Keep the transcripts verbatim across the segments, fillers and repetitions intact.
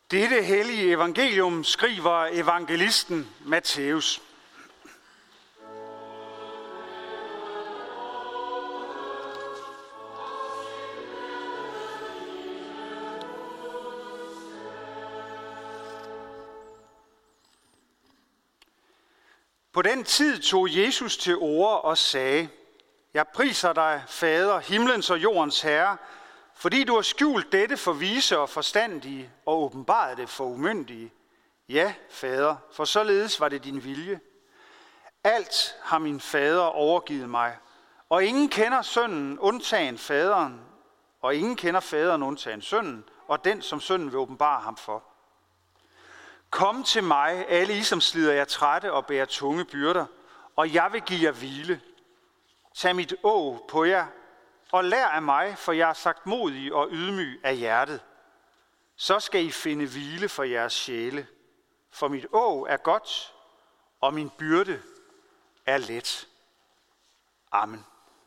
Dette hellige evangelium skriver evangelisten Matthæus. På den tid tog Jesus til orde og sagde: Jeg priser dig, Fader, himlens og jordens Herre, fordi du har skjult dette for vise og forstandige og åbenbaret det for umyndige. Ja, Fader, for således var det din vilje. Alt har min Fader overgivet mig, og ingen kender sønnen undtagen faderen, og ingen kender faderen undtagen sønnen, og den, som sønnen vil åbenbare ham for. Kom til mig, alle I, som slider jer trætte og bærer tunge byrder, og jeg vil give jer hvile. Tag mit åg på jer, og lær af mig, for jeg er sagt modig og ydmyg af hjertet. Så skal I finde hvile for jeres sjæle. For mit åg er godt, og min byrde er let. Amen.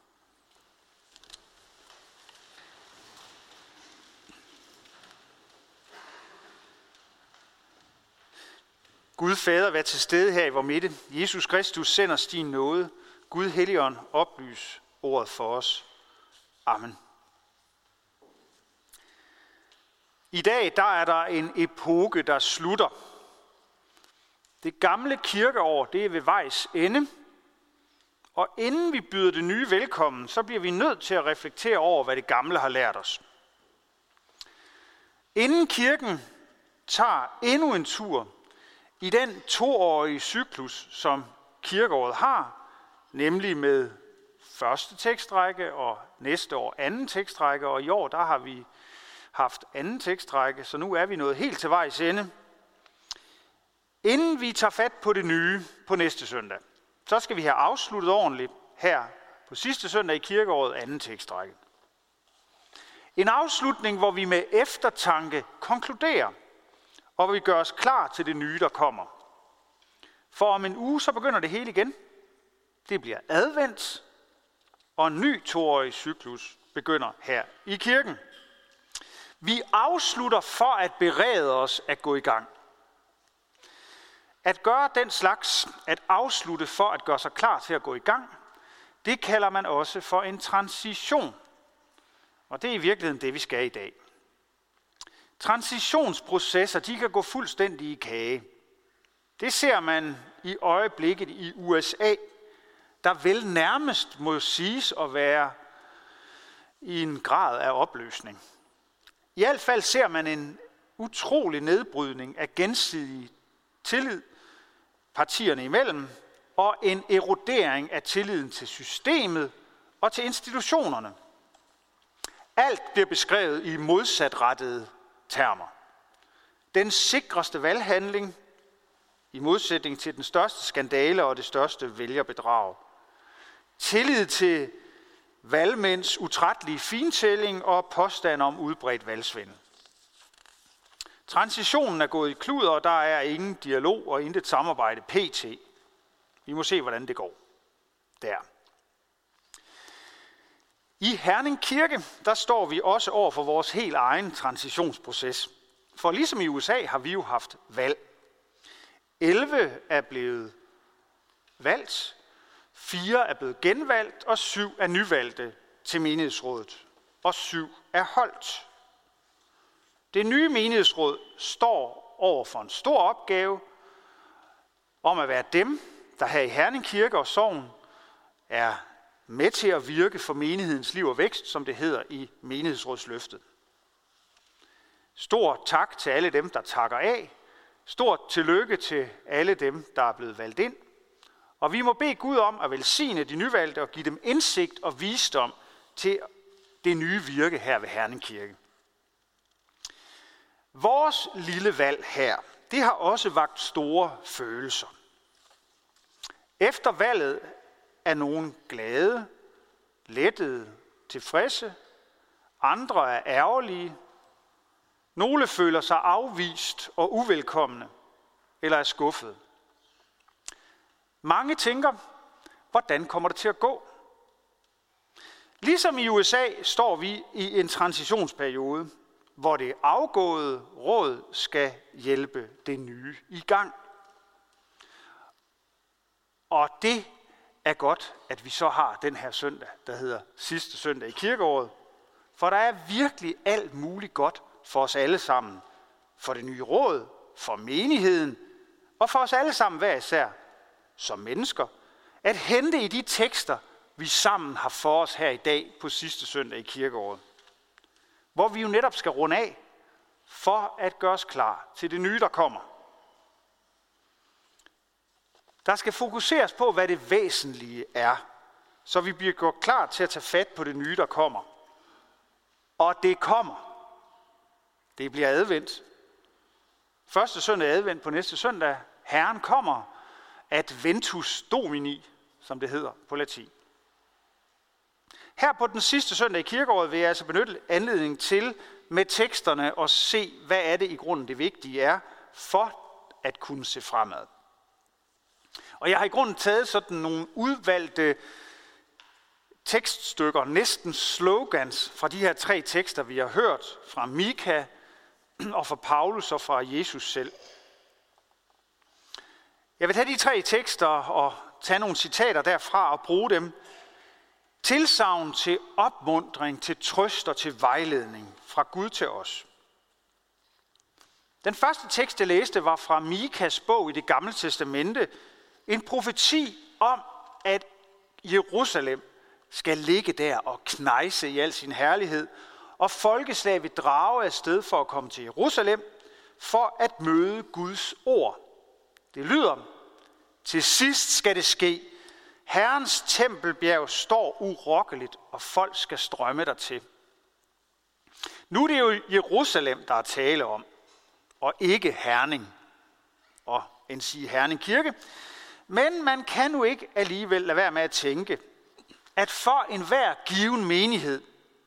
Gud Fader, vær til stede her i vor midte. Jesus Kristus sender os din nåde. Gud Helligånd, oplys ordet for os. Amen. I dag der er der en epoke, der slutter. Det gamle kirkeår, det er ved vejs ende. Og inden vi byder det nye velkommen, så bliver vi nødt til at reflektere over, hvad det gamle har lært os. Inden kirken tager endnu en tur i den toårige cyklus, som kirkeåret har, nemlig med første tekstrække og næste år anden tekstrække, og i år der har vi haft anden tekstrække, så nu er vi nået helt til vejs ende. Inden vi tager fat på det nye på næste søndag, så skal vi have afsluttet ordentligt her på sidste søndag i kirkeåret anden tekstrække. En afslutning, hvor vi med eftertanke konkluderer, og hvor vi gør os klar til det nye, der kommer. For om en uge, så begynder det hele igen. Det bliver advent, og en ny toårig cyklus begynder her i kirken. Vi afslutter for at berede os at gå i gang. At gøre den slags, at afslutte for at gøre sig klar til at gå i gang, det kalder man også for en transition. Og det er i virkeligheden det, vi skal i dag. Transitionsprocesser, de kan gå fuldstændig i kage. Det ser man i øjeblikket i U S A, der vel nærmest må siges at være i en grad af opløsning. I hvert fald ser man en utrolig nedbrydning af gensidig tillid partierne imellem, og en erodering af tilliden til systemet og til institutionerne. Alt bliver beskrevet i modsatrettede termer. Den sikreste valghandling, i modsætning til den største skandale og det største vælgerbedrag. Tillid til valgmænds utrættelige fintælling og påstand om udbredt valgsvindel. Transitionen er gået i klud, og der er ingen dialog og intet samarbejde pt. Vi må se, hvordan det går der. I Herning Kirke, der står vi også over for vores helt egen transitionsproces. For ligesom i U S A har vi jo haft valg. elleve er blevet valgt, fire er blevet genvalgt, og syv er nyvalgte til menighedsrådet. Og syv er holdt. Det nye menighedsråd står over for en stor opgave om at være dem, der her i Herning Kirke og Sogn er med til at virke for menighedens liv og vækst, som det hedder i menighedsrådsløftet. Stor tak til alle dem, der takker af. Stort tillykke til alle dem, der er blevet valgt ind. Og vi må bede Gud om at velsigne de nyvalgte og give dem indsigt og visdom til det nye virke her ved Herning Kirke. Vores lille valg her, det har også vakt store følelser. Efter valget er nogen glade, lettede, tilfredse. Andre er ærgerlige. Nogle føler sig afvist og uvelkomne eller er skuffede. Mange tænker, hvordan kommer det til at gå? Ligesom i U S A står vi i en transitionsperiode, hvor det afgåede råd skal hjælpe det nye i gang. Og det er godt, at vi så har den her søndag, der hedder sidste søndag i kirkeåret. For der er virkelig alt muligt godt for os alle sammen. For det nye råd, for menigheden og for os alle sammen hver især som mennesker. At hente i de tekster, vi sammen har for os her i dag på sidste søndag i kirkeåret. Hvor vi jo netop skal runde af for at gøre os klar til det nye, der kommer. Der skal fokuseres på, hvad det væsentlige er, så vi bliver gjort klar til at tage fat på det nye, der kommer. Og det kommer. Det bliver advent. Første søndag er advent på næste søndag. Herren kommer. Adventus Domini, som det hedder på latin. Her på den sidste søndag i kirkeåret vil jeg altså benytte anledningen til med teksterne og se, hvad er det i grunden det vigtige er, for at kunne se fremad. Og jeg har i grunden taget sådan nogle udvalgte tekststykker, næsten slogans fra de her tre tekster, vi har hørt fra Mika og fra Paulus og fra Jesus selv. Jeg vil tage de tre tekster og tage nogle citater derfra og bruge dem. Tilsagn til opmuntring, til trøst og til vejledning fra Gud til os. Den første tekst, jeg læste, var fra Mikas bog i Det Gamle Testamente. En profeti om, at Jerusalem skal ligge der og knejse i al sin herlighed, og folkeslag vil drage afsted for at komme til Jerusalem, for at møde Guds ord. Det lyder, til sidst skal det ske. Herrens tempelbjerg står urokkeligt, og folk skal strømme dertil. Nu er det jo Jerusalem, der er tale om, og ikke Herning, og end sige Herning Kirke. Men man kan nu ikke alligevel lade være med at tænke, at for enhver given menighed,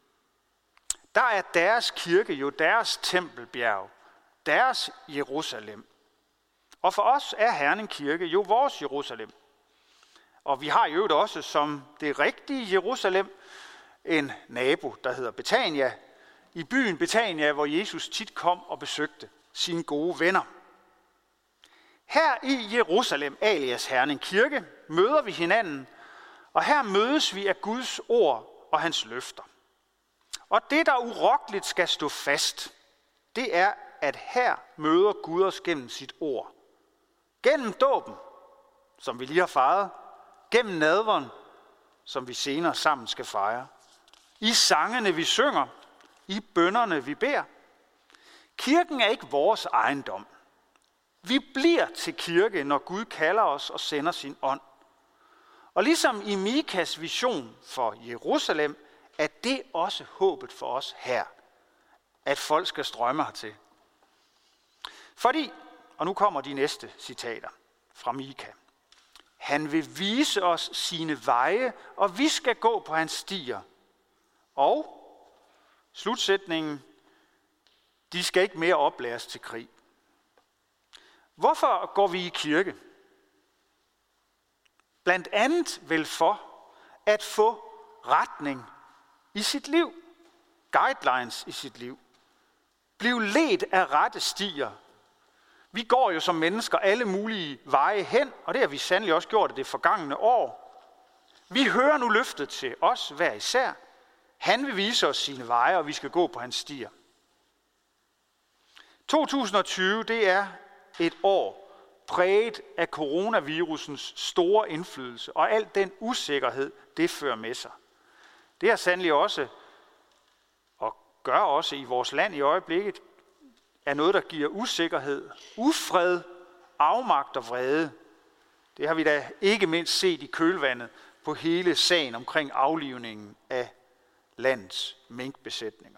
der er deres kirke jo deres tempelbjerg, deres Jerusalem. Og for os er Herning Kirke jo vores Jerusalem. Og vi har jo også som det rigtige Jerusalem en nabo, der hedder Betania, i byen Betania, hvor Jesus tit kom og besøgte sine gode venner. Her i Jerusalem, alias Herning Kirke, møder vi hinanden, og her mødes vi af Guds ord og hans løfter. Og det, der urokkeligt skal stå fast, det er, at her møder Gud os gennem sit ord. Gennem dåben, som vi lige har fejret, gennem nadveren, som vi senere sammen skal fejre, i sangene vi synger, i bønnerne vi beder. Kirken er ikke vores ejendom. Vi bliver til kirke, når Gud kalder os og sender sin ånd. Og ligesom i Mikas vision for Jerusalem, er det også håbet for os her, at folk skal strømme hertil. Fordi, og nu kommer de næste citater fra Mika. Han vil vise os sine veje, og vi skal gå på hans stier. Og slutsætningen, de skal ikke mere oplæres til krig. Hvorfor går vi i kirke? Blandt andet vel for at få retning i sit liv, guidelines i sit liv. Bliv ledt af rette stier. Vi går jo som mennesker alle mulige veje hen, og det har vi sandelig også gjort i det forgangne år. Vi hører nu løftet til os hver især. Han vil vise os sine veje, og vi skal gå på hans stier. to tusind og tyve, det er et år præget af coronavirusens store indflydelse og al den usikkerhed, det fører med sig. Det har sandelig også, og gør også i vores land i øjeblikket, er noget, der giver usikkerhed, ufred, afmagt og vrede. Det har vi da ikke mindst set i kølvandet på hele sagen omkring aflivningen af landets minkbesætninger.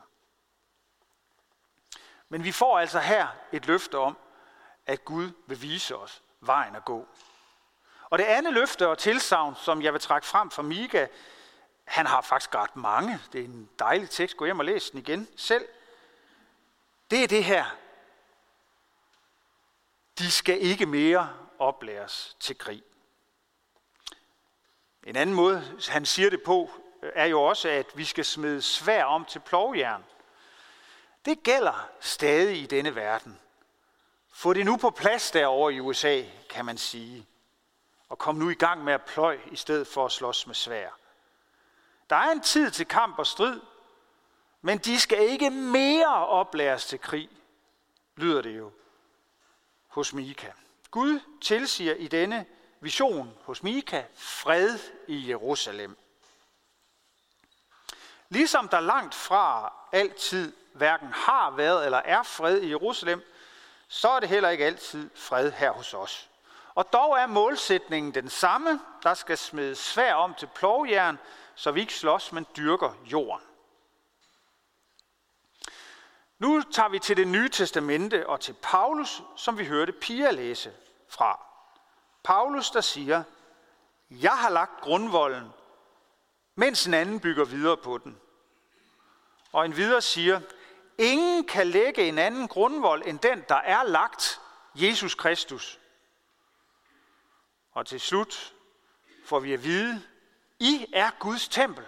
Men vi får altså her et løfte om, at Gud vil vise os vejen at gå. Og det andet løfte og tilsagn, som jeg vil trække frem fra Mika, han har faktisk ret mange. Det er en dejlig tekst. Gå hjem og læs den igen selv. Det er det her. De skal ikke mere oplæres til krig. En anden måde, han siger det på, er jo også, at vi skal smide sværd om til plovjern. det gælder stadig i denne verden. Få det nu på plads derovre i U S A, kan man sige. Og kom nu i gang med at pløje, i stedet for at slås med sværd. Der er en tid til kamp og strid, men de skal ikke mere oplæres til krig, lyder det jo hos Mika. Gud tilsiger i denne vision hos Mika fred i Jerusalem. Ligesom der langt fra altid hverken har været eller er fred i Jerusalem, så er det heller ikke altid fred her hos os. Og dog er målsætningen den samme. Der skal smides sværd om til plovjern, så vi ikke slås, men dyrker jorden. Nu tager vi til det nye testamente og til Paulus, som vi hørte Pia læse fra. Paulus, der siger, jeg har lagt grundvolden, mens en anden bygger videre på den. Og en videre siger, ingen kan lægge en anden grundvold end den, der er lagt, Jesus Kristus. Og til slut får vi at vide, I er Guds tempel.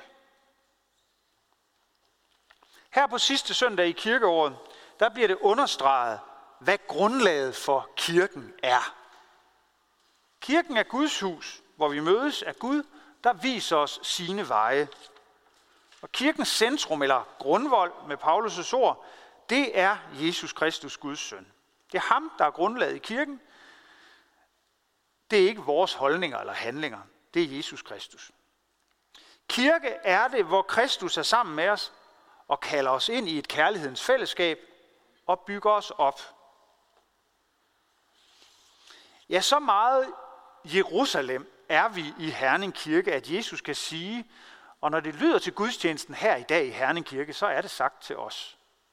Her på sidste søndag i kirkeåret, der bliver det understreget, hvad grundlaget for kirken er. Kirken er Guds hus, hvor vi mødes af Gud, der viser os sine veje. Og kirkens centrum, eller grundvold med Paulus' ord, det er Jesus Kristus, Guds søn. Det er ham, der er grundlaget i kirken. Det er ikke vores holdninger eller handlinger. Det er Jesus Kristus. Kirke er det, hvor Kristus er sammen med os og kalder os ind i et kærlighedens fællesskab og bygger os op. Ja, så meget Jerusalem er vi i Herning Kirke, at Jesus kan sige, og når det lyder til gudstjenesten her i dag i Herning Kirke, så er det sagt til os.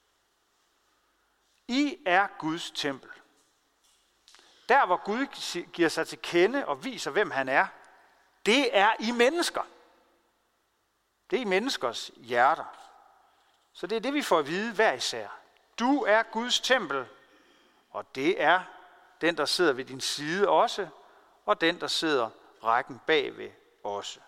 I er Guds tempel. Der, hvor Gud giver sig til kende og viser, hvem han er, det er i mennesker. Det er i menneskers hjerter. Så det er det, vi får at vide hver især. Du er Guds tempel, og det er den, der sidder ved din side også, og den, der sidder rækken bagved også.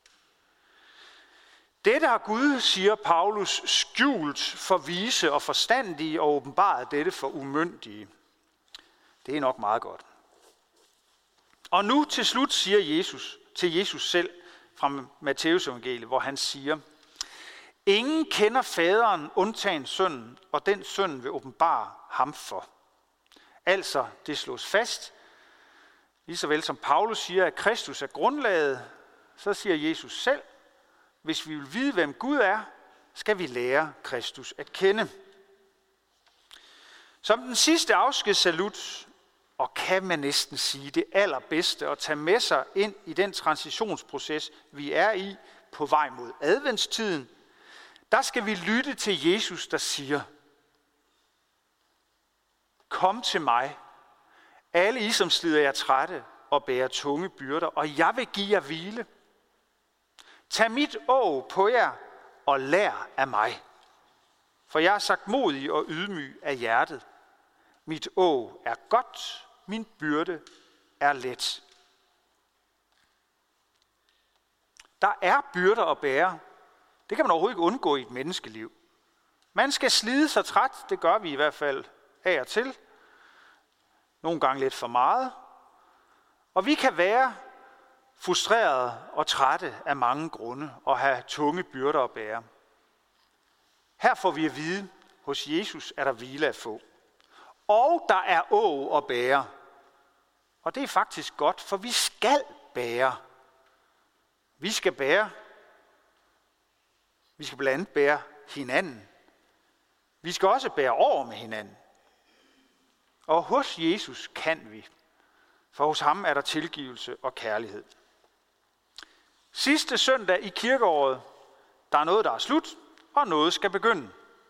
Dette har Gud, siger Paulus, skjult for vise og forstandige og åbenbaret dette for umyndige. Det er nok meget godt. Og nu til slut siger Jesus til Jesus selv fra Matteus evangeliet, hvor han siger, ingen kender faderen undtagen sønnen, og den sønnen vil åbenbare ham for. Altså, det slås fast, lige så vel som Paulus siger, at Kristus er grundlaget, så siger Jesus selv, hvis vi vil vide, hvem Gud er, skal vi lære Kristus at kende. Som den sidste afskedssalut, og kan man næsten sige det allerbedste, at tage med sig ind i den transitionsproces, vi er i på vej mod adventstiden, der skal vi lytte til Jesus, der siger, kom til mig, alle I, som slider jer trætte og bærer tunge byrder, og jeg vil give jer hvile. Tag mit åg på jer og lær af mig. For jeg er sagt modig og ydmyg af hjertet. Mit åg er godt, min byrde er let. Der er byrder at bære. Det kan man overhovedet ikke undgå i et menneskeliv. Man skal slide sig træt, det gør vi i hvert fald af og til. Nogle gange lidt for meget. Og vi kan være frustrerede og trætte af mange grunde og have tunge byrder at bære. Her får vi at vide, hos Jesus er der hvile at få. Og der er åg at bære. Og det er faktisk godt, for vi skal bære. Vi skal bære. Vi skal blandt andet bære hinanden. Vi skal også bære over med hinanden. Og hos Jesus kan vi. For hos ham er der tilgivelse og kærlighed. Sidste søndag i kirkeåret, der er noget, der er slut, og noget skal begynde.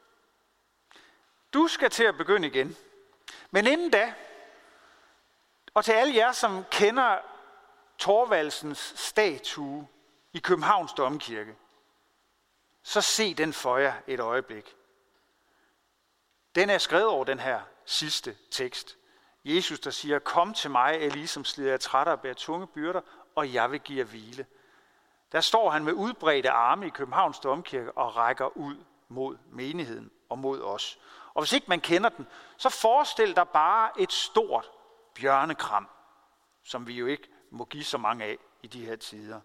Du skal til at begynde igen. Men inden da, og til alle jer, som kender Thorvaldsens statue i Københavns Domkirke, så se den for jer et øjeblik. Den er skrevet over den her sidste tekst. Jesus, der siger, kom til mig, alle I, som slider jer trætte og bærer tunge byrder, og jeg vil give jer hvile. Der står han med udbredte arme i Københavns Domkirke og rækker ud mod menigheden og mod os. Og hvis ikke man kender den, så forestil dig bare et stort bjørnekram, som vi jo ikke må give så mange af i de her tider.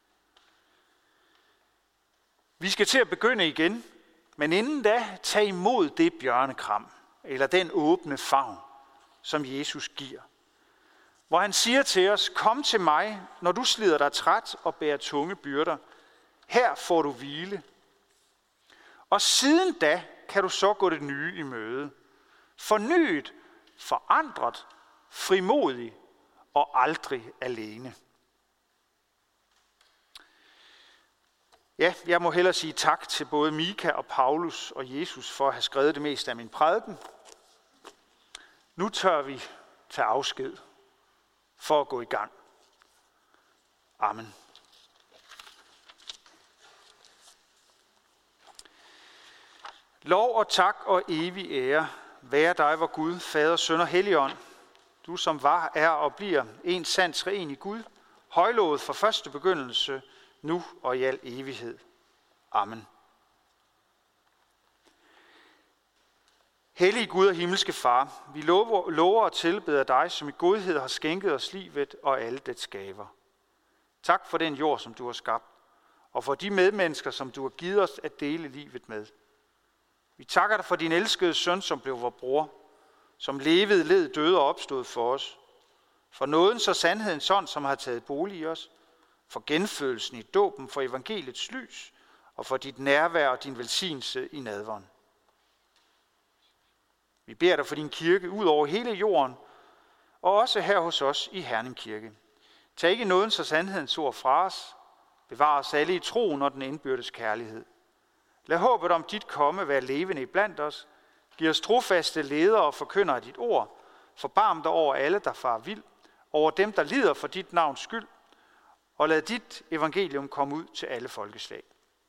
Vi skal til at begynde igen, men inden da, tag imod det bjørnekram, eller den åbne favn, som Jesus giver. Hvor han siger til os, kom til mig, når du slider dig træt og bærer tunge byrder. Her får du hvile. Og siden da kan du så gå det nye i møde. Fornyet, forandret, frimodig og aldrig alene. Ja, jeg må hellere sige tak til både Mika og Paulus og Jesus for at have skrevet det meste af min prædiken. Nu tør vi tage afsked for at gå i gang. Amen. Lov og tak og evig ære være dig, vor Gud, Fader, Søn og Helligånd. Du som var, er og bliver en sand treenig Gud, højlovet fra første begyndelse, nu og i al evighed. Amen. Hellige Gud og himmelske Far, vi lover, lover og tilbeder dig, som i godhed har skænket os livet og alle dets gaver. Tak for den jord, som du har skabt, og for de medmennesker, som du har givet os at dele livet med. Vi takker dig for din elskede søn, som blev vor bror, som levede, led, døde og opstod for os. For nådens og sandhedens ånd, som har taget bolig i os. For genfødelsen i dåben, for evangeliets lys, og for dit nærvær og din velsignelse i nadveren. Vi beder dig for din kirke ud over hele jorden, og også her hos os i Herning Kirke. Tag ikke nådens og sandhedens ord fra os. Bevar os alle i troen og den indbyrdes kærlighed. Lad håbet om dit komme være levende iblandt os. Giv os trofaste ledere og forkynder af dit ord. Forbarm dig over alle, der farer vild, over dem, der lider for dit navns skyld, og lad dit evangelium komme ud til alle folkeslag.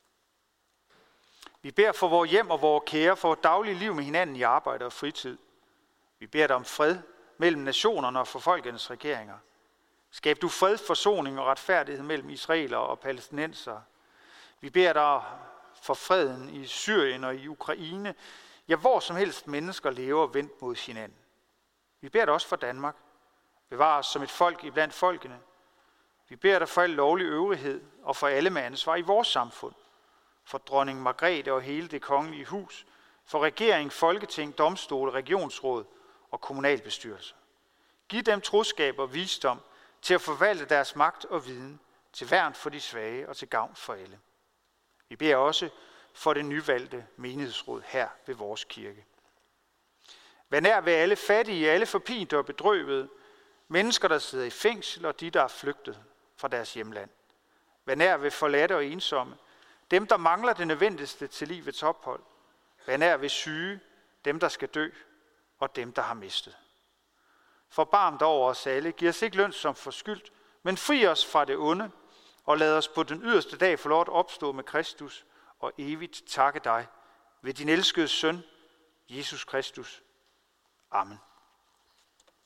Vi beder for vores hjem og vores kære, for vores daglige liv med hinanden i arbejde og fritid. Vi beder dig om fred mellem nationerne og for folkenes regeringer. Skab du fred, forsoning og retfærdighed mellem israelere og palæstinensere. Vi beder dig for freden i Syrien og i Ukraine, ja, hvor som helst mennesker lever vendt mod hinanden. Vi beder dig også for Danmark. Bevar os som et folk iblandt folkene. Vi beder dig for al lovlig øvrighed og for alle med ansvar i vores samfund. For dronning Margrethe og hele det kongelige hus. For regering, folketing, domstole, regionsråd og kommunalbestyrelser. Giv dem troskab og visdom til at forvalte deres magt og viden, til værn for de svage og til gavn for alle. Vi beder også for det nyvalgte menighedsråd her ved vores kirke. Vær nær ved alle fattige, alle forpinte og bedrøvede, mennesker, der sidder i fængsel og de, der er flygtet fra deres hjemland. Vær nær ved forladte og ensomme, dem, der mangler det nødvendigste til livets ophold. Vær nær ved syge, dem, der skal dø, og dem, der har mistet. Forbarm dig over os alle, giv os ikke løn som forskyldt, men fri os fra det onde, og lad os på den yderste dag få lov at opstå med Kristus, og evigt takke dig ved din elskede søn, Jesus Kristus. Amen.